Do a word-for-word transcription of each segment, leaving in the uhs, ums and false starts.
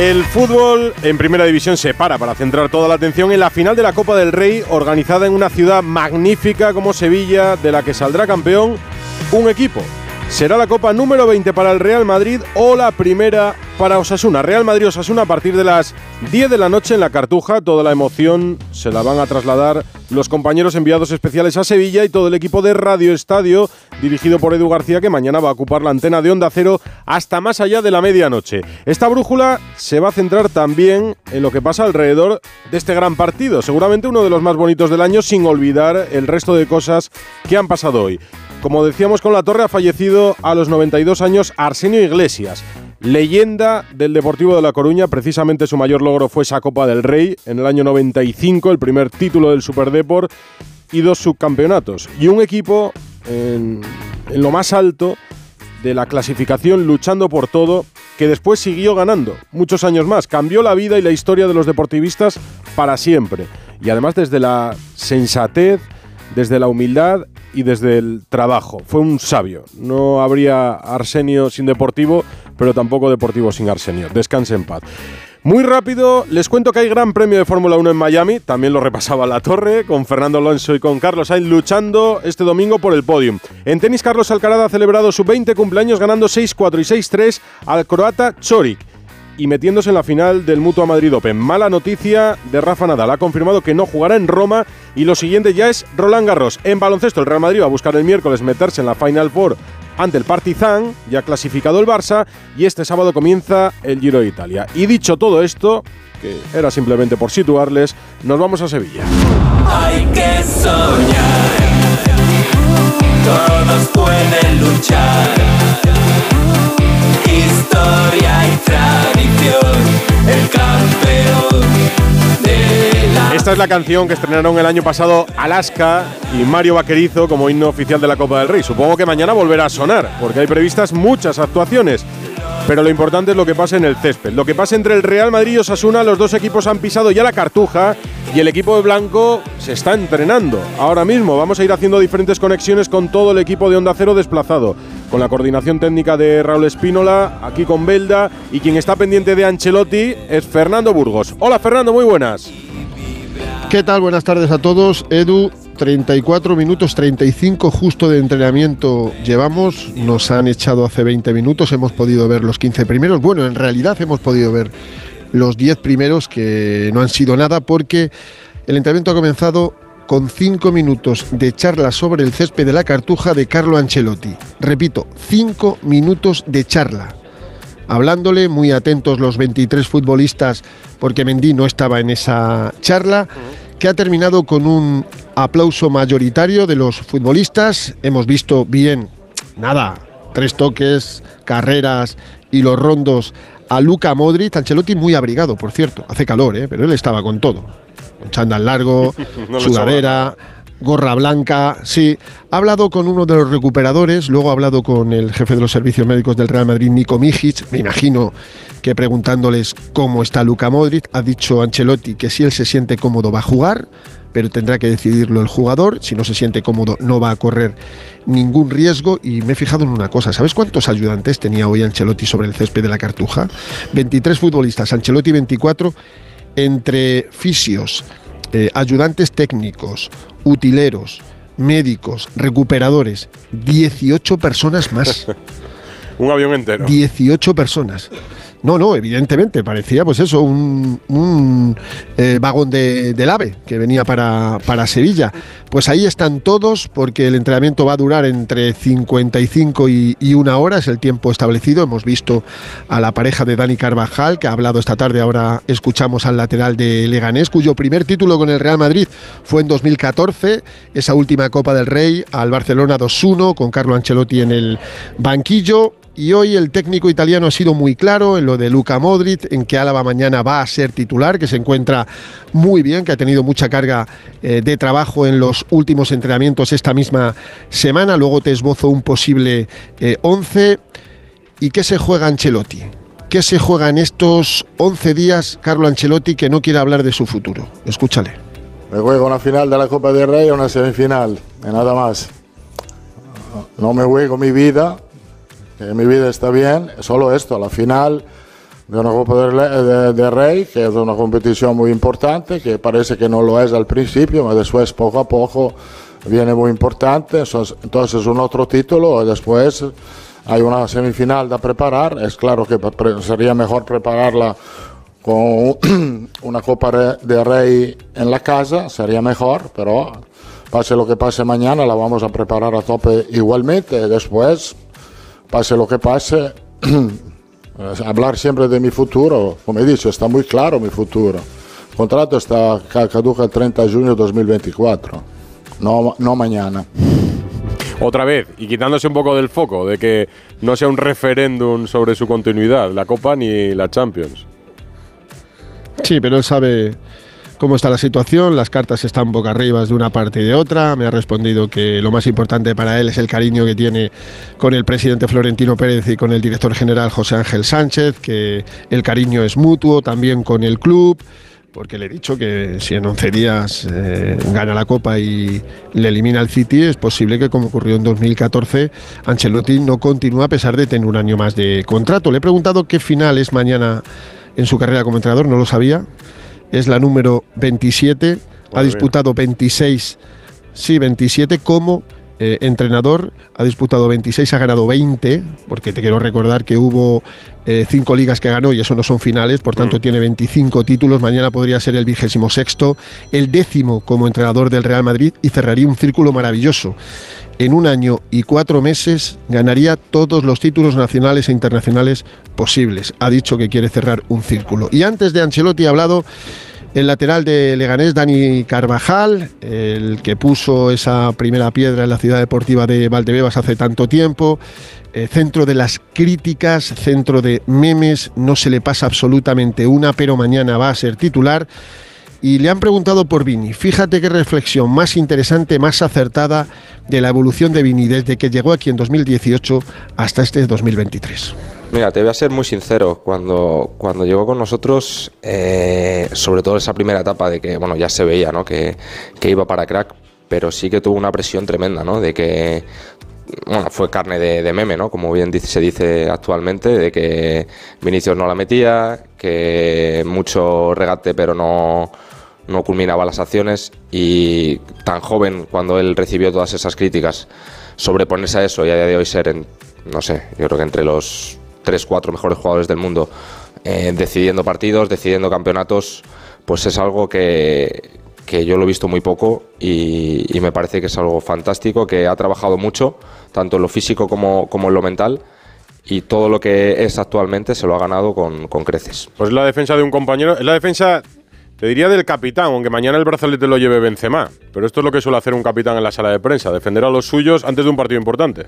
El fútbol en Primera División se para para centrar toda la atención en la final de la Copa del Rey, organizada en una ciudad magnífica como Sevilla, de la que saldrá campeón un equipo. Será la Copa número veinte para el Real Madrid o la primera para Osasuna. Real Madrid-Osasuna a partir de las diez de la noche en la Cartuja. Toda la emoción se la van a trasladar los compañeros enviados especiales a Sevilla y todo el equipo de Radio Estadio, dirigido por Edu García, que mañana va a ocupar la antena de Onda Cero hasta más allá de la medianoche. Esta brújula se va a centrar también en lo que pasa alrededor de este gran partido, seguramente uno de los más bonitos del año, sin olvidar el resto de cosas que han pasado hoy. Como decíamos con La Torre, ha fallecido a los noventa y dos años Arsenio Iglesias, leyenda del Deportivo de La Coruña. Precisamente su mayor logro fue esa Copa del Rey en el año noventa y cinco, el primer título del Superdeport y dos subcampeonatos. Y un equipo en, en lo más alto de la clasificación, luchando por todo, que después siguió ganando muchos años más. Cambió la vida y la historia de los deportivistas para siempre. Y además desde la sensatez, desde la humildad y desde el trabajo. Fue un sabio. No habría Arsenio sin Deportivo, pero tampoco Deportivo sin Arsenio. Descanse en paz. Muy rápido, les cuento que hay Gran Premio de Fórmula uno en Miami. También lo repasaba La Torre, con Fernando Alonso y con Carlos Sainz luchando este domingo por el podium. En tenis, Carlos Alcaraz ha celebrado su veinte cumpleaños ganando seis cuatro y seis tres al croata Ćorić y metiéndose en la final del Mutua Madrid Open. Mala noticia de Rafa Nadal. Ha confirmado que no jugará en Roma y lo siguiente ya es Roland Garros. En baloncesto, el Real Madrid va a buscar el miércoles meterse en la Final Four ante el Partizan, ya clasificado el Barça, y este sábado comienza el Giro de Italia. Y dicho todo esto, que era simplemente por situarles, nos vamos a Sevilla. Hay que soñar, todos pueden luchar. Historia y tradición, el campeón de la... Esta es la canción que estrenaron el año pasado Alaska y Mario Vaquerizo como himno oficial de la Copa del Rey. Supongo que mañana volverá a sonar, porque hay previstas muchas actuaciones. Pero lo importante es lo que pasa en el césped. Lo que pasa entre el Real Madrid y Osasuna. Los dos equipos han pisado ya la Cartuja y el equipo de blanco se está entrenando. Ahora mismo vamos a ir haciendo diferentes conexiones con todo el equipo de Onda Cero desplazado, con la coordinación técnica de Raúl Espínola, aquí con Belda, y quien está pendiente de Ancelotti es Fernando Burgos. Hola Fernando, muy buenas. ¿Qué tal? Buenas tardes a todos. Edu, treinta y cuatro minutos, treinta y cinco justo de entrenamiento llevamos. Nos han echado hace veinte minutos, hemos podido ver los quince primeros. Bueno, en realidad hemos podido ver los diez primeros, que no han sido nada porque el entrenamiento ha comenzado con cinco minutos de charla sobre el césped de la Cartuja de Carlo Ancelotti. Repito, cinco minutos de charla. Hablándole, muy atentos los veintitrés futbolistas, porque Mendy no estaba en esa charla, que ha terminado con un aplauso mayoritario de los futbolistas. Hemos visto bien, nada, tres toques, carreras y los rondos a Luka Modric. Ancelotti muy abrigado, por cierto, hace calor, ¿eh? Pero él estaba con todo, con chándal largo, no sudadera, gorra blanca, sí. Ha hablado con uno de los recuperadores, luego ha hablado con el jefe de los servicios médicos del Real Madrid, Niko Mijic. Me imagino que preguntándoles cómo está Luka Modric. Ha dicho Ancelotti que si él se siente cómodo va a jugar, pero tendrá que decidirlo el jugador. Si no se siente cómodo no va a correr ningún riesgo. Y me he fijado en una cosa, ¿sabes cuántos ayudantes tenía hoy Ancelotti sobre el césped de la Cartuja? veintitrés futbolistas, Ancelotti veinticuatro, entre fisios, eh, ayudantes técnicos, utileros, médicos, recuperadores, dieciocho personas más. Un avión entero. dieciocho personas. No, no, evidentemente, parecía pues eso, un, un eh, vagón de, del AVE que venía para, para Sevilla. Pues ahí están todos, porque el entrenamiento va a durar entre cincuenta y cinco y, y una hora, es el tiempo establecido. Hemos visto a la pareja de Dani Carvajal, que ha hablado esta tarde. Ahora escuchamos al lateral de Leganés, cuyo primer título con el Real Madrid fue en dos mil catorce, esa última Copa del Rey al Barcelona dos uno, con Carlo Ancelotti en el banquillo. Y hoy el técnico italiano ha sido muy claro en lo de Luka Modric, en que Álava mañana va a ser titular, que se encuentra muy bien, que ha tenido mucha carga eh, de trabajo en los últimos entrenamientos esta misma semana. Luego te esbozo un posible eh, once. ¿Y qué se juega Ancelotti? ¿Qué se juega en estos once días Carlo Ancelotti, que no quiere hablar de su futuro? Escúchale. Me juego una final de la Copa del Rey y una semifinal, y nada más. No me juego mi vida. Que mi vida está bien, solo esto, la final de una Copa de, de, de Rey, que es una competición muy importante, que parece que no lo es al principio, pero después poco a poco viene muy importante. Entonces un otro título y después hay una semifinal de preparar. Es claro que sería mejor prepararla con una Copa de Rey en la casa, sería mejor, pero pase lo que pase mañana, la vamos a preparar a tope igualmente. Y después, pase lo que pase, hablar siempre de mi futuro. Como he dicho, está muy claro mi futuro. El contrato está caduca el treinta de junio de dos mil veinticuatro, no, no mañana. Otra vez, y quitándose un poco del foco, de que no sea un referéndum sobre su continuidad, la Copa ni la Champions. Sí, pero él sabe cómo está la situación, las cartas están boca arriba de una parte y de otra. Me ha respondido que lo más importante para él es el cariño que tiene con el presidente Florentino Pérez y con el director general José Ángel Sánchez, que el cariño es mutuo también con el club, porque le he dicho que si en once días eh, gana la Copa y le elimina al City, es posible que, como ocurrió en dos mil catorce, Ancelotti no continúe a pesar de tener un año más de contrato. Le he preguntado qué final es mañana en su carrera como entrenador, no lo sabía. Es la número veintisiete, ha disputado veintiséis, sí, veintisiete como eh, entrenador, ha disputado veintiséis, ha ganado veinte, porque te quiero recordar que hubo eh, cinco ligas que ganó y eso no son finales, por tanto mm. tiene veinticinco títulos. Mañana podría ser el vigésimo sexto, el décimo como entrenador del Real Madrid, y cerraría un círculo maravilloso. En un año y cuatro meses ganaría todos los títulos nacionales e internacionales posibles. Ha dicho que quiere cerrar un círculo. Y antes de Ancelotti ha hablado el lateral de Leganés, Dani Carvajal, el que puso esa primera piedra en la ciudad deportiva de Valdebebas hace tanto tiempo. Eh, centro de las críticas, centro de memes, no se le pasa absolutamente una, pero mañana va a ser titular. Y le han preguntado por Vini. Fíjate qué reflexión más interesante, más acertada de la evolución de Vini desde que llegó aquí en dos mil dieciocho hasta este dos mil veintitrés. Mira, te voy a ser muy sincero. Cuando, cuando llegó con nosotros, eh, sobre todo esa primera etapa de que, bueno, ya se veía, ¿no?, que, que iba para crack, pero sí que tuvo una presión tremenda, ¿no?, de que, bueno, fue carne de, de meme, ¿no?, como bien dice, se dice actualmente, de que Vinicius no la metía, que mucho regate pero no... no culminaba las acciones, y tan joven, cuando él recibió todas esas críticas, sobreponerse a eso y a día de hoy ser, en, no sé, yo creo que entre los tres, cuatro mejores jugadores del mundo, eh, decidiendo partidos, decidiendo campeonatos, pues es algo que, que yo lo he visto muy poco y, y me parece que es algo fantástico, que ha trabajado mucho, tanto en lo físico como, como en lo mental, y todo lo que es actualmente se lo ha ganado con, con creces. Pues la defensa de un compañero, es la defensa... Te diría del capitán, aunque mañana el brazalete lo lleve Benzema. Pero esto es lo que suele hacer un capitán en la sala de prensa, defender a los suyos antes de un partido importante.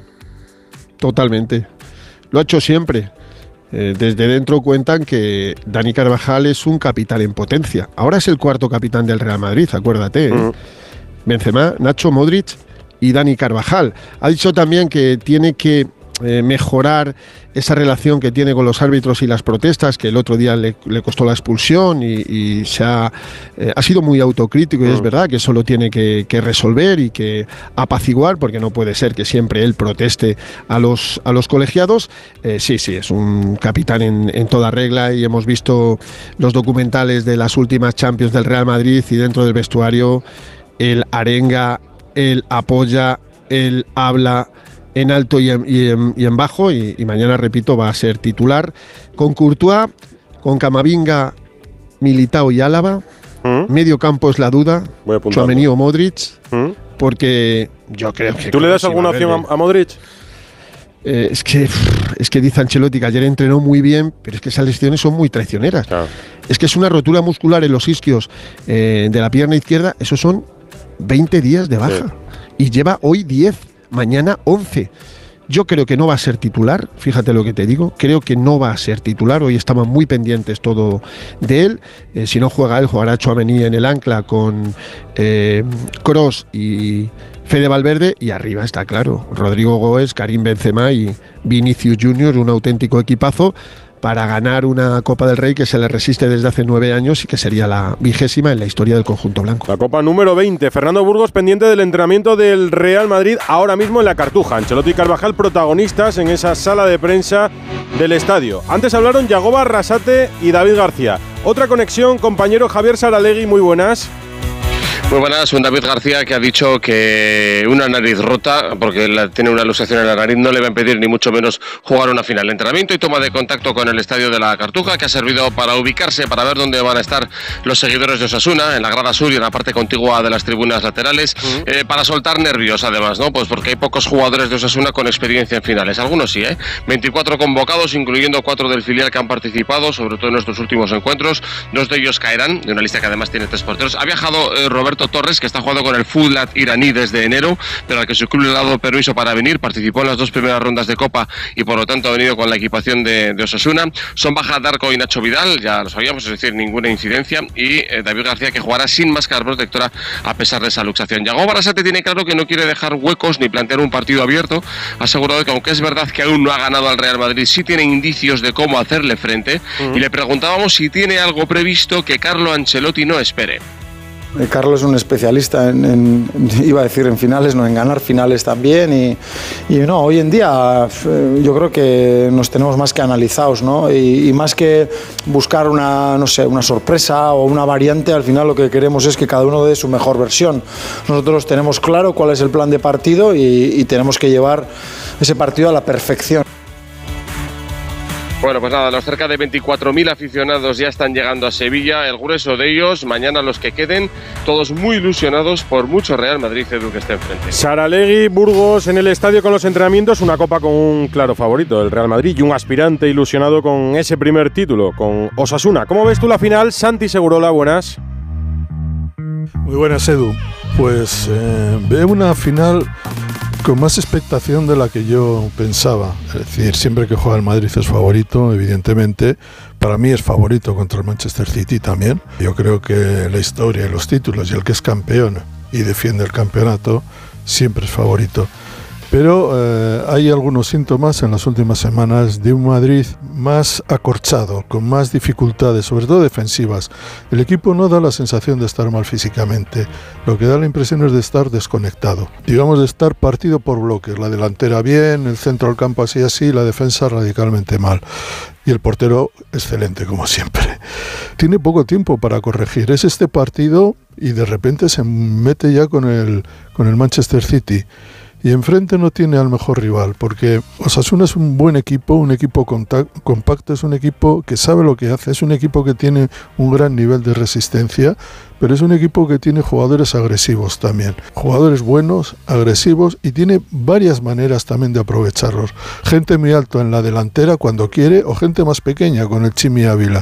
Totalmente. Lo ha hecho siempre. Eh, desde dentro cuentan que Dani Carvajal es un capitán en potencia. Ahora es el cuarto capitán del Real Madrid, acuérdate. ¿eh? Uh-huh. Benzema, Nacho, Modric y Dani Carvajal. Ha dicho también que tiene que eh, mejorar esa relación que tiene con los árbitros y las protestas, que el otro día le, le costó la expulsión y, y se ha, eh, ha sido muy autocrítico, y mm. es verdad que eso lo tiene que, que resolver y que apaciguar, porque no puede ser que siempre él proteste a los, a los colegiados. Eh, sí, sí, es un capitán en, en toda regla, y hemos visto los documentales de las últimas Champions del Real Madrid, y dentro del vestuario él arenga, él apoya, él habla en alto y en, y en, y en bajo, y, y mañana, repito, va a ser titular con Courtois, con Camavinga, Militao y Álava. ¿Mm? Medio campo es la duda, Tchouaméni o Modric, ¿Mm? porque yo creo que... ¿Tú le das alguna opción a, a Modric? Eh, es que es que dice Ancelotti que ayer entrenó muy bien, pero es que esas lesiones son muy traicioneras. Claro. Es que es una rotura muscular en los isquios eh, de la pierna izquierda, esos son veinte días de baja, sí. y lleva hoy diez. Mañana once. Yo creo que no va a ser titular, fíjate lo que te digo, creo que no va a ser titular. Hoy estaban muy pendientes todo de él. Eh, si no juega él, jugará Tchouaméni en el ancla con eh, Kroos y Fede Valverde, y arriba está claro, Rodrigo Goes, Karim Benzema y Vinicius Junior, un auténtico equipazo para ganar una Copa del Rey que se le resiste desde hace nueve años y que sería la vigésima en la historia del conjunto blanco. La Copa número veinte. Fernando Burgos pendiente del entrenamiento del Real Madrid ahora mismo en la Cartuja. Ancelotti y Carvajal protagonistas en esa sala de prensa del estadio. Antes hablaron Yagoba, Arrasate y David García. Otra conexión, compañero Javier Saralegui, muy buenas. Muy buenas, un David García que ha dicho que una nariz rota, porque la, tiene una luxación en la nariz, no le va a impedir ni mucho menos jugar una final. Entrenamiento y toma de contacto con el estadio de la Cartuja, que ha servido para ubicarse, para ver dónde van a estar los seguidores de Osasuna, en la grada sur y en la parte contigua de las tribunas laterales, uh-huh. eh, para soltar nervios además, ¿no? Pues porque hay pocos jugadores de Osasuna con experiencia en finales, algunos sí, ¿eh? veinticuatro convocados, incluyendo cuatro del filial que han participado, sobre todo en nuestros últimos encuentros. Dos de ellos caerán, de una lista que además tiene tres porteros. Ha viajado eh, Roberto Torres, que está jugando con el Fulat iraní desde enero, pero al que su club le ha dado permiso para venir. Participó en las dos primeras rondas de Copa y por lo tanto ha venido con la equipación de, de Osasuna. Son baja Darko y Nacho Vidal, ya lo sabíamos, es decir, ninguna incidencia. Y eh, David García, que jugará sin máscara protectora a pesar de esa luxación. Yagoba Arrasate tiene claro que no quiere dejar huecos ni plantear un partido abierto. Ha asegurado que aunque es verdad que aún no ha ganado al Real Madrid, sí tiene indicios de cómo hacerle frente. Uh-huh. Y le preguntábamos si tiene algo previsto que Carlo Ancelotti no espere. Carlos es un especialista en, en, iba a decir en finales, no, en ganar finales también y, y no, hoy en día yo creo que nos tenemos más que analizados, ¿no? Y, y más que buscar una, no sé, una sorpresa o una variante, al final lo que queremos es que cada uno dé su mejor versión. Nosotros tenemos claro cuál es el plan de partido y, y tenemos que llevar ese partido a la perfección. Bueno, pues nada, los cerca de veinticuatro mil aficionados ya están llegando a Sevilla, el grueso de ellos, mañana los que queden, todos muy ilusionados por mucho Real Madrid, Edu, que esté enfrente. Saralegui, Burgos en el estadio con los entrenamientos, una copa con un claro favorito, el Real Madrid, y un aspirante ilusionado con ese primer título, con Osasuna. ¿Cómo ves tú la final? Santi Segurola, buenas. Muy buenas, Edu. Pues eh, veo una final con más expectación de la que yo pensaba. Es decir, siempre que juega el Madrid es favorito, evidentemente. Para mí es favorito contra el Manchester City también. Yo creo que la historia y los títulos y el que es campeón y defiende el campeonato siempre es favorito. Pero eh, hay algunos síntomas en las últimas semanas de un Madrid más acorchado, con más dificultades, sobre todo defensivas. El equipo no da la sensación de estar mal físicamente, lo que da la impresión es de estar desconectado. Digamos, de estar partido por bloques, la delantera bien, el centro del campo así así, la defensa radicalmente mal. Y el portero excelente, como siempre. Tiene poco tiempo para corregir. Es este partido y de repente se mete ya con el, con el Manchester City. Y enfrente no tiene al mejor rival, porque Osasuna es un buen equipo, un equipo compacto, es un equipo que sabe lo que hace, es un equipo que tiene un gran nivel de resistencia, pero es un equipo que tiene jugadores agresivos también, jugadores buenos, agresivos, y tiene varias maneras también de aprovecharlos. Gente muy alto en la delantera cuando quiere, o gente más pequeña con el Chimi Ávila.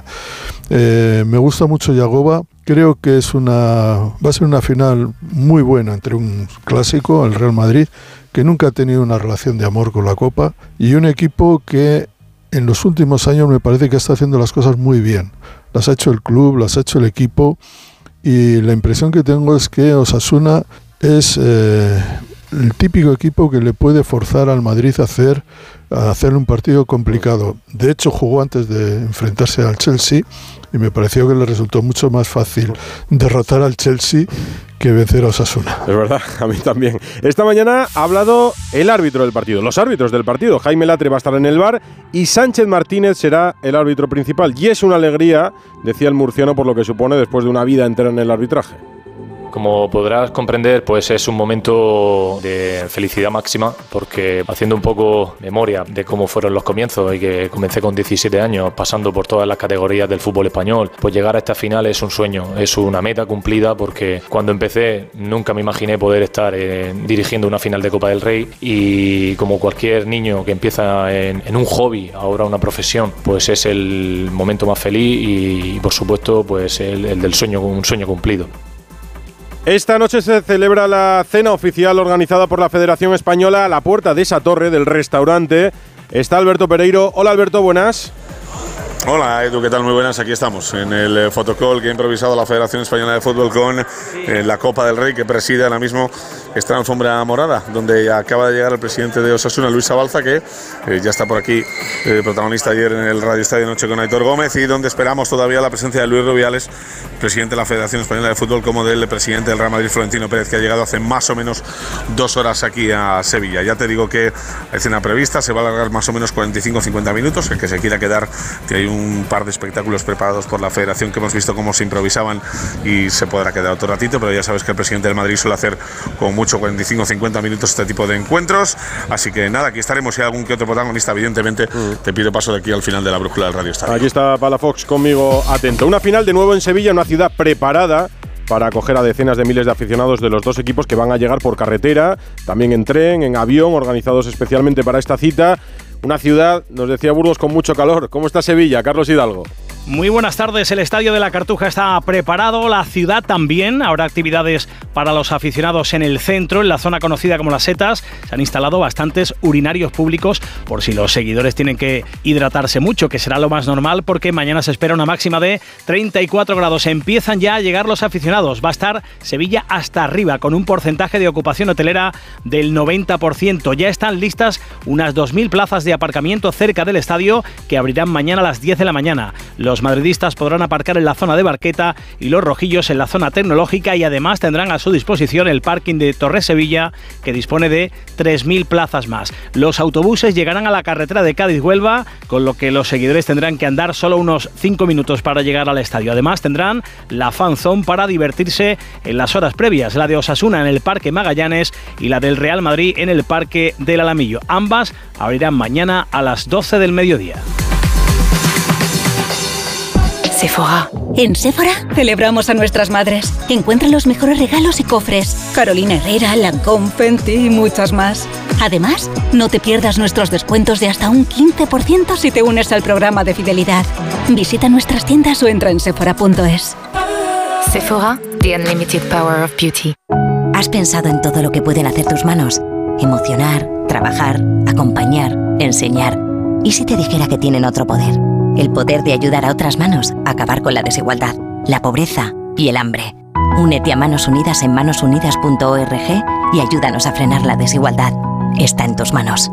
Eh, me gusta mucho Yagoba. Creo que es una va a ser una final muy buena entre un clásico, el Real Madrid, que nunca ha tenido una relación de amor con la Copa, y un equipo que en los últimos años me parece que está haciendo las cosas muy bien. Las ha hecho el club, las ha hecho el equipo, y la impresión que tengo es que Osasuna es eh, el típico equipo que le puede forzar al Madrid a hacer, a hacer un partido complicado. De hecho, jugó antes de enfrentarse al Chelsea y me pareció que le resultó mucho más fácil derrotar al Chelsea que vencer a Osasuna. Es verdad, a mí también. Esta mañana ha hablado el árbitro del partido, los árbitros del partido. Jaime Latre va a estar en el V A R y Sánchez Martínez será el árbitro principal. Y es una alegría, decía el murciano, por lo que supone después de una vida entera en el arbitraje. Como podrás comprender, pues es un momento de felicidad máxima, porque haciendo un poco memoria de cómo fueron los comienzos y que comencé con diecisiete años, pasando por todas las categorías del fútbol español, pues llegar a esta final es un sueño, es una meta cumplida, porque cuando empecé nunca me imaginé poder estar eh, dirigiendo una final de Copa del Rey, y como cualquier niño que empieza en, en un hobby, ahora una profesión, pues es el momento más feliz y, y por supuesto pues el, el del sueño, un sueño cumplido. Esta noche se celebra la cena oficial organizada por la Federación Española. A la puerta de esa torre del restaurante está Alberto Pereiro. Hola Alberto, buenas. Hola Edu, ¿qué tal? Muy buenas, aquí estamos en el fotocall que ha improvisado la Federación Española de Fútbol con eh, la Copa del Rey que preside ahora mismo esta alfombra morada, donde acaba de llegar el presidente de Osasuna, Luis Abalza, que eh, ya está por aquí, eh, protagonista ayer en el Radio Estadio Noche con Aitor Gómez, y donde esperamos todavía la presencia de Luis Rubiales, presidente de la Federación Española de Fútbol, como del presidente del Real Madrid, Florentino Pérez, que ha llegado hace más o menos dos horas aquí a Sevilla. Ya te digo que la escena prevista se va a alargar más o menos cuarenta y cinco a cincuenta minutos, el que se quiera quedar, que hay un par de espectáculos preparados por la Federación que hemos visto cómo se improvisaban y se podrá quedar otro ratito, pero ya sabes que el presidente del Madrid suele hacer con mucho cuarenta y cinco a cincuenta minutos este tipo de encuentros, así que nada, aquí estaremos. Si hay algún que otro protagonista, evidentemente, mm. te pido paso de aquí al final de la brújula del Radio Estadio. Aquí está Palafox conmigo, atento. Una final de nuevo en Sevilla, una ciudad preparada para acoger a decenas de miles de aficionados de los dos equipos que van a llegar por carretera, también en tren, en avión, organizados especialmente para esta cita. Una ciudad, nos decía Burgos, con mucho calor. ¿Cómo está Sevilla, Carlos Hidalgo? Muy buenas tardes, el Estadio de la Cartuja está preparado, la ciudad también, habrá actividades para los aficionados en el centro, en la zona conocida como Las Setas, se han instalado bastantes urinarios públicos por si los seguidores tienen que hidratarse mucho, que será lo más normal porque mañana se espera una máxima de treinta y cuatro grados, empiezan ya a llegar los aficionados, va a estar Sevilla hasta arriba con un porcentaje de ocupación hotelera del noventa por ciento, ya están listas unas dos mil plazas de aparcamiento cerca del estadio que abrirán mañana a las diez de la mañana. Los Los madridistas podrán aparcar en la zona de Barqueta y los rojillos en la zona tecnológica y además tendrán a su disposición el parking de Torres Sevilla, que dispone de tres mil plazas más. Los autobuses llegarán a la carretera de Cádiz-Huelva, con lo que los seguidores tendrán que andar solo unos cinco minutos para llegar al estadio. Además tendrán la fan zone para divertirse en las horas previas, la de Osasuna en el Parque Magallanes y la del Real Madrid en el Parque del Alamillo. Ambas abrirán mañana a las doce del mediodía. Sephora. En Sephora celebramos a nuestras madres. Encuentra los mejores regalos y cofres. Carolina Herrera, Lancôme, Fenty y muchas más. Además, no te pierdas nuestros descuentos de hasta un quince por ciento si te unes al programa de fidelidad. Visita nuestras tiendas o entra en sephora punto es. Sephora, the unlimited power of beauty. ¿Has pensado en todo lo que pueden hacer tus manos? Emocionar, trabajar, acompañar, enseñar. ¿Y si te dijera que tienen otro poder? El poder de ayudar a otras manos a acabar con la desigualdad, la pobreza y el hambre. Únete a Manos Unidas en manos unidas punto org y ayúdanos a frenar la desigualdad. Está en tus manos.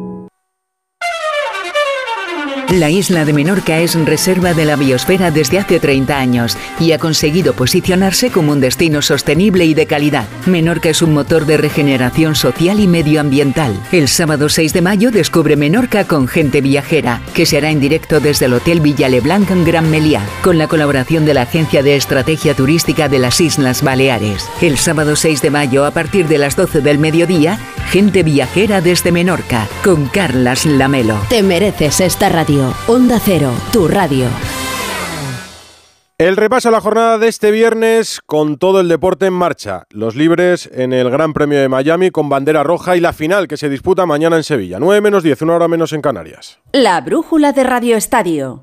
La isla de Menorca es reserva de la biosfera desde hace treinta años y ha conseguido posicionarse como un destino sostenible y de calidad. Menorca es un motor de regeneración social y medioambiental. El sábado seis de mayo descubre Menorca con Gente Viajera, que se hará en directo desde el Hotel Villa Leblanc en Gran Meliá, con la colaboración de la Agencia de Estrategia Turística de las Islas Baleares. El sábado seis de mayo, a partir de las doce del mediodía, Gente Viajera desde Menorca, con Carlas Lamelo. Te mereces esta radio. Onda Cero, tu radio. El repaso a la jornada de este viernes con todo el deporte en marcha. Los libres en el Gran Premio de Miami con bandera roja y la final que se disputa mañana en Sevilla. nueve menos diez, una hora menos en Canarias. La brújula de Radio Estadio.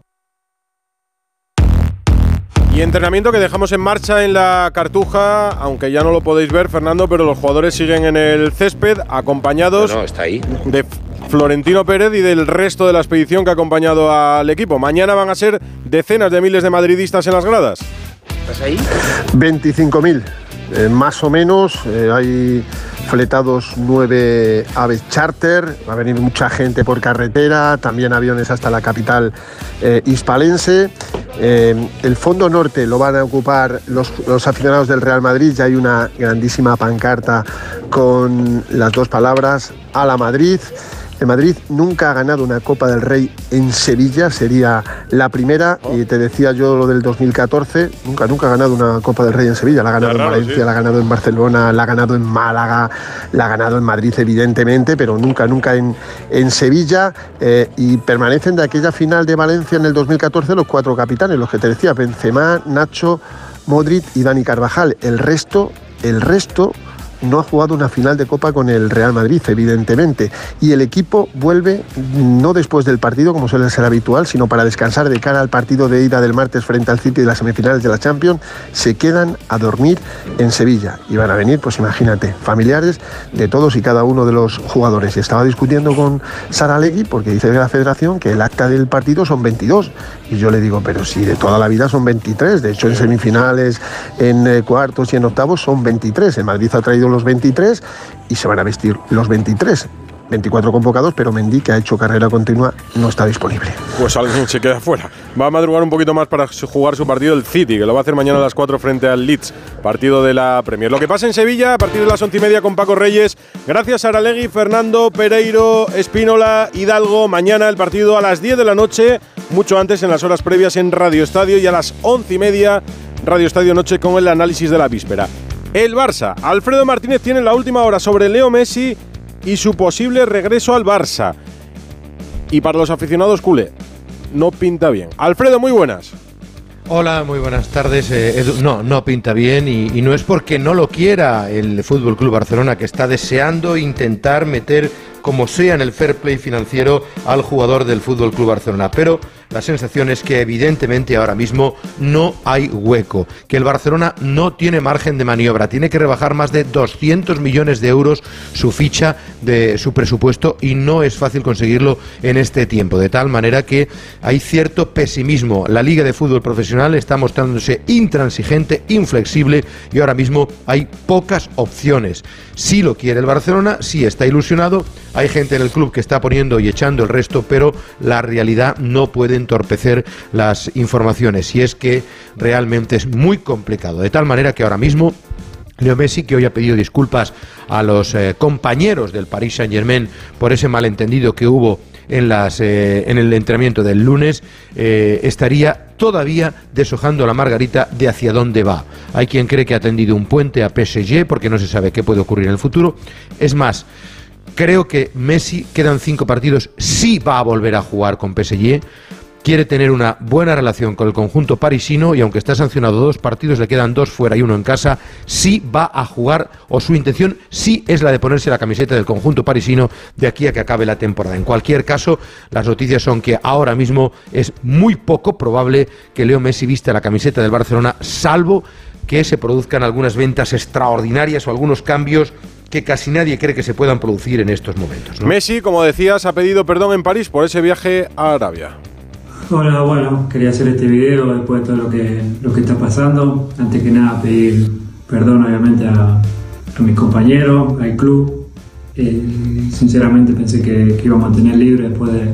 Y entrenamiento que dejamos en marcha en la Cartuja, aunque ya no lo podéis ver, Fernando, pero los jugadores siguen en el césped acompañados no, no, está ahí. de Florentino Pérez y del resto de la expedición que ha acompañado al equipo. Mañana van a ser decenas de miles de madridistas en las gradas. ¿Estás ahí? veinticinco mil, eh, más o menos. Eh, hay fletados nueve aves charter, va a venir mucha gente por carretera, también aviones hasta la capital eh, hispalense. Eh, el fondo norte lo van a ocupar los, los aficionados del Real Madrid. Ya hay una grandísima pancarta con las dos palabras a la Madrid. El Madrid nunca ha ganado una Copa del Rey en Sevilla, sería la primera, y te decía yo lo del dos mil catorce, nunca, nunca ha ganado una Copa del Rey en Sevilla, la ha ganado en Valencia, la ha ganado en Barcelona, la ha ganado en Málaga, la ha ganado en Madrid evidentemente, pero nunca, nunca en, en Sevilla, eh, y permanecen de aquella final de Valencia en el dos mil catorce los cuatro capitanes, los que te decía, Benzema, Nacho, Modric y Dani Carvajal. El resto, el resto... no ha jugado una final de Copa con el Real Madrid, evidentemente, y el equipo vuelve no después del partido, como suele ser habitual, sino para descansar de cara al partido de ida del martes frente al City de las semifinales de la Champions. Se quedan a dormir en Sevilla y van a venir, pues imagínate, familiares de todos y cada uno de los jugadores. Y estaba discutiendo con Saralegui, porque dice de la Federación que el acta del partido son veintidós, y yo le digo, pero si de toda la vida son veintitrés, de hecho en semifinales, en eh, cuartos y en octavos son veintitrés. El Madrid ha traído vestido los veintitrés y se van a vestir los veintitrés. veinticuatro convocados, pero Mendy, que ha hecho carrera continua, no está disponible. Pues alguien se queda fuera. Va a madrugar un poquito más para jugar su partido el City, que lo va a hacer mañana a las cuatro frente al Leeds, partido de la Premier. Lo que pasa en Sevilla, a partir de las once y media con Paco Reyes. Gracias a Aralegui, Fernando, Pereiro, Espínola, Hidalgo. Mañana el partido a las diez de la noche, mucho antes en las horas previas en Radio Estadio, y a las once y media Radio Estadio Noche con el análisis de la víspera. El Barça. Alfredo Martínez tiene la última hora sobre Leo Messi y su posible regreso al Barça. Y para los aficionados culé, no pinta bien. Alfredo, muy buenas. Hola, muy buenas tardes. Eh, Edu, no, no pinta bien y, y no es porque no lo quiera el F C Barcelona, que está deseando intentar meter como sea en el fair play financiero al jugador del F C Barcelona, pero la sensación es que evidentemente ahora mismo no hay hueco, que el Barcelona no tiene margen de maniobra, tiene que rebajar más de doscientos millones de euros su ficha de su presupuesto y no es fácil conseguirlo en este tiempo, de tal manera que hay cierto pesimismo. La Liga de Fútbol Profesional está mostrándose intransigente, inflexible y ahora mismo hay pocas opciones. Si lo quiere el Barcelona, sí está ilusionado, hay gente en el club que está poniendo y echando el resto, pero la realidad no puede entorpecer las informaciones y es que realmente es muy complicado, de tal manera que ahora mismo Leo Messi, que hoy ha pedido disculpas a los eh, compañeros del Paris Saint-Germain por ese malentendido que hubo en, las, eh, en el entrenamiento del lunes, eh, estaría todavía deshojando la margarita de hacia dónde va. Hay quien cree que ha tendido un puente a P S G porque no se sabe qué puede ocurrir en el futuro. Es más, creo que Messi, quedan cinco partidos, sí va a volver a jugar con P S G. Quiere tener una buena relación con el conjunto parisino y aunque está sancionado dos partidos, le quedan dos fuera y uno en casa, sí va a jugar, o su intención sí es la de ponerse la camiseta del conjunto parisino de aquí a que acabe la temporada. En cualquier caso, las noticias son que ahora mismo es muy poco probable que Leo Messi vista la camiseta del Barcelona, salvo que se produzcan algunas ventas extraordinarias o algunos cambios que casi nadie cree que se puedan producir en estos momentos, ¿no? Messi, como decías, ha pedido perdón en París por ese viaje a Arabia. Hola, bueno, quería hacer este video después de todo lo que, lo que está pasando. Antes que nada pedir perdón obviamente a, a mis compañeros, al club. Eh, sinceramente pensé que, que iba a mantener libre después de,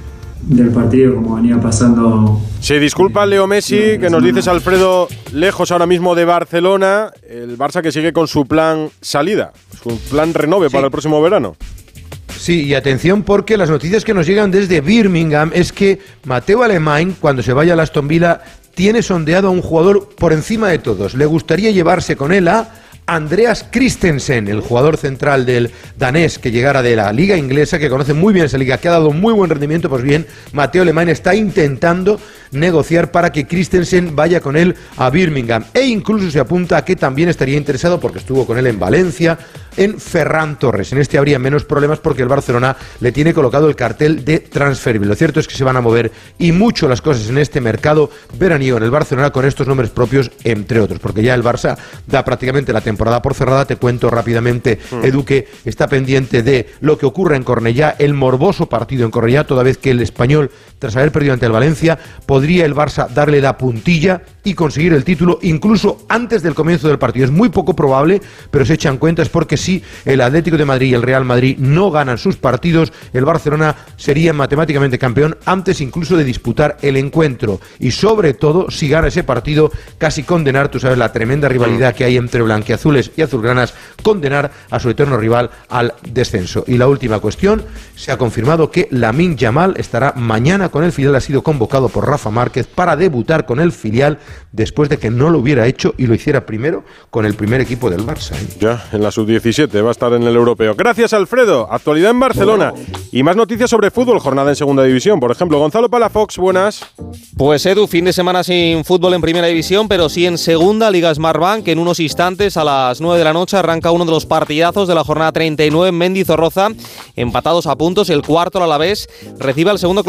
del partido como venía pasando. Se disculpa Leo Messi, que nos dices, Alfredo, lejos ahora mismo de Barcelona, el Barça que sigue con su plan salida, su plan renove sí. para el próximo verano. Sí, y atención porque las noticias que nos llegan desde Birmingham es que Mateu Alemany, cuando se vaya a Aston Villa, tiene sondeado a un jugador por encima de todos. Le gustaría llevarse con él a Andreas Christensen, el jugador central del danés que llegara de la liga inglesa, que conoce muy bien esa liga, que ha dado muy buen rendimiento. Pues bien, Mateu Alemany está intentando negociar para que Christensen vaya con él a Birmingham e incluso se apunta a que también estaría interesado, porque estuvo con él en Valencia, en Ferran Torres. En este habría menos problemas porque el Barcelona le tiene colocado el cartel de transferible. Lo cierto es que se van a mover y mucho las cosas en este mercado veraniego en el Barcelona con estos nombres propios, entre otros, porque ya el Barça da prácticamente la temporada por cerrada. Te cuento rápidamente, Edu, que está pendiente de lo que ocurre en Cornellá, el morboso partido en Cornellá, toda vez que el Español, tras haber perdido ante el Valencia, podría el Barça darle la puntilla y conseguir el título incluso antes del comienzo del partido. Es muy poco probable, pero se echan cuentas porque si el Atlético de Madrid y el Real Madrid no ganan sus partidos, el Barcelona sería matemáticamente campeón antes incluso de disputar el encuentro. Y sobre todo, si gana ese partido, casi condenar, tú sabes, la tremenda rivalidad que hay entre blanquiazules y azulgranas, condenar a su eterno rival al descenso. Y la última cuestión, se ha confirmado que Lamine Yamal estará mañana con el filial, ha sido convocado por Rafa Márquez para debutar con el filial después de que no lo hubiera hecho y lo hiciera primero con el primer equipo del Barça. ¿eh? Ya, en la sub diecisiete va a estar en el europeo. Gracias, Alfredo. Actualidad en Barcelona. Y más noticias sobre fútbol, jornada en segunda división. Por ejemplo, Gonzalo Palafox, buenas. Pues Edu, fin de semana sin fútbol en primera división, pero sí en segunda, Liga Smartbank, que en unos instantes a las nueve de la noche arranca uno de los partidazos de la jornada treinta y nueve en Mendizorroza, empatados a puntos. El cuarto, el Alavés, recibe al segundo clasificado,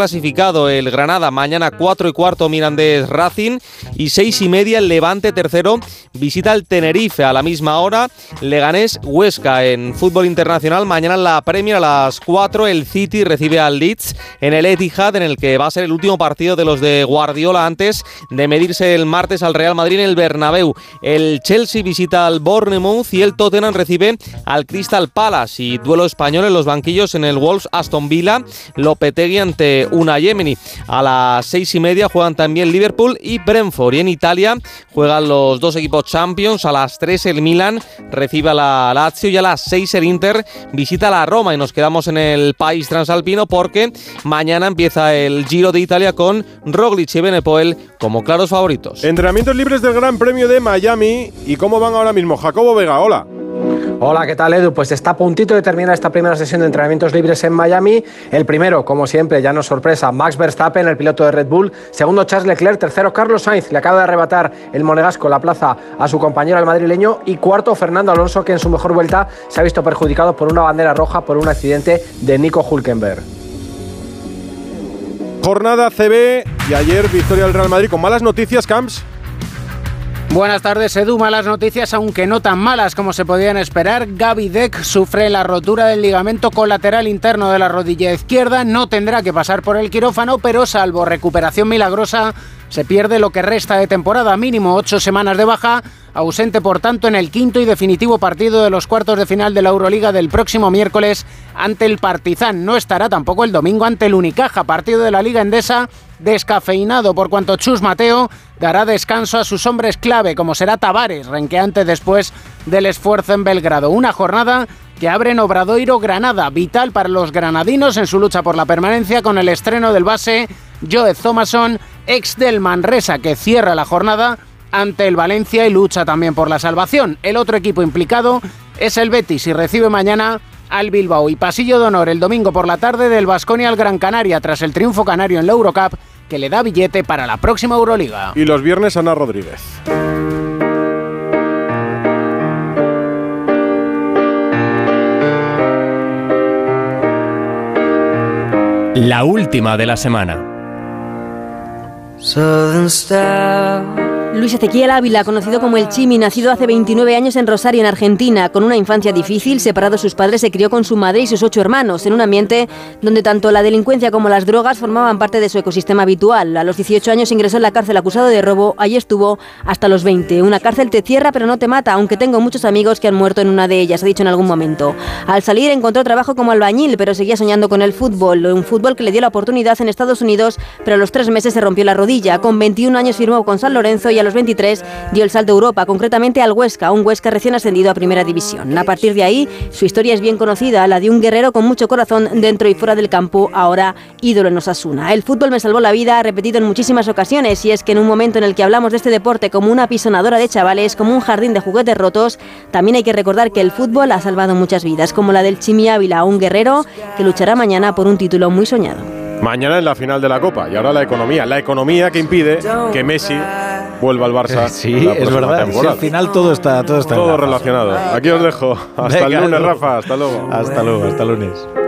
complicado el Granada, mañana cuatro y cuarto Mirandés Racing y seis y media el Levante tercero visita el Tenerife. A la misma hora Leganés Huesca. En fútbol internacional mañana en la Premier a las cuatro el City recibe al Leeds en el Etihad, en el que va a ser el último partido de los de Guardiola antes de medirse el martes al Real Madrid en el Bernabéu. El Chelsea visita al Bournemouth y el Tottenham recibe al Crystal Palace. Y duelo español en los banquillos en el Wolves Aston Villa, Lopetegui ante Unai Emery. A las seis y media juegan también Liverpool y Brentford. Y en Italia juegan los dos equipos Champions. A las tres el Milan recibe a la Lazio y a las seis el Inter visita a la Roma. Y nos quedamos en el país transalpino porque mañana empieza el Giro de Italia con Roglic y Benepoel como claros favoritos. Entrenamientos libres del Gran Premio de Miami. ¿Y cómo van ahora mismo? Jacobo Vega, hola. Hola, ¿qué tal, Edu? Pues está a puntito de terminar esta primera sesión de entrenamientos libres en Miami. El primero, como siempre, ya no es sorpresa, Max Verstappen, el piloto de Red Bull. Segundo, Charles Leclerc. Tercero, Carlos Sainz. Le acaba de arrebatar el monegasco la plaza a su compañero, el madrileño. Y cuarto, Fernando Alonso, que en su mejor vuelta se ha visto perjudicado por una bandera roja por un accidente de Nico Hülkenberg. Jornada C B y ayer victoria del Real Madrid con malas noticias, Camps. Buenas tardes, Edu. Malas noticias, aunque no tan malas como se podían esperar. Gaby Deck sufre la rotura del ligamento colateral interno de la rodilla izquierda. No tendrá que pasar por el quirófano, pero salvo recuperación milagrosa, se pierde lo que resta de temporada, mínimo ocho semanas de baja, ausente por tanto en el quinto y definitivo partido de los cuartos de final de la Euroliga del próximo miércoles ante el Partizan. No estará tampoco el domingo ante el Unicaja, partido de la Liga Endesa descafeinado, por cuanto Chus Mateo dará descanso a sus hombres clave, como será Tavares, renqueante después del esfuerzo en Belgrado. Una jornada que abre en Obradoiro Granada, vital para los granadinos en su lucha por la permanencia, con el estreno del base Joe Thomason, ex del Manresa, que cierra la jornada ante el Valencia y lucha también por la salvación. El otro equipo implicado es el Betis y recibe mañana al Bilbao. Y pasillo de honor el domingo por la tarde del Baskonia al Gran Canaria tras el triunfo canario en la Eurocup, que le da billete para la próxima Euroliga. Y los viernes Ana Rodríguez. La última de la semana. Luis Ezequiel Ávila, conocido como el Chimi, nacido hace veintinueve años en Rosario, en Argentina. Con una infancia difícil, separado de sus padres, se crió con su madre y sus ocho hermanos, en un ambiente donde tanto la delincuencia como las drogas formaban parte de su ecosistema habitual. A los dieciocho años ingresó en la cárcel acusado de robo. Allí estuvo hasta los veinte. Una cárcel te cierra pero no te mata, aunque tengo muchos amigos que han muerto en una de ellas, ha dicho en algún momento. Al salir encontró trabajo como albañil, pero seguía soñando con el fútbol. Un fútbol que le dio la oportunidad en Estados Unidos, pero a los tres meses se rompió la rodilla. Con veintiún años firmó con San Lorenzo y a los veintitrés dio el salto a Europa, concretamente al Huesca, un Huesca recién ascendido a Primera División. A partir de ahí, su historia es bien conocida, la de un guerrero con mucho corazón dentro y fuera del campo, ahora ídolo en Osasuna. El fútbol me salvó la vida, ha repetido en muchísimas ocasiones, y es que en un momento en el que hablamos de este deporte como una apisonadora de chavales, como un jardín de juguetes rotos, también hay que recordar que el fútbol ha salvado muchas vidas, como la del Chimi Ávila, un guerrero que luchará mañana por un título muy soñado. Mañana en la final de la Copa. Y ahora la economía. La economía que impide que Messi vuelva al Barça. Sí, la es verdad. Sí, al final todo está todo está todo relacionado. Aquí os dejo. Hasta Venga, el lunes, Rafa. Hasta luego. Hasta luego. Hasta lunes.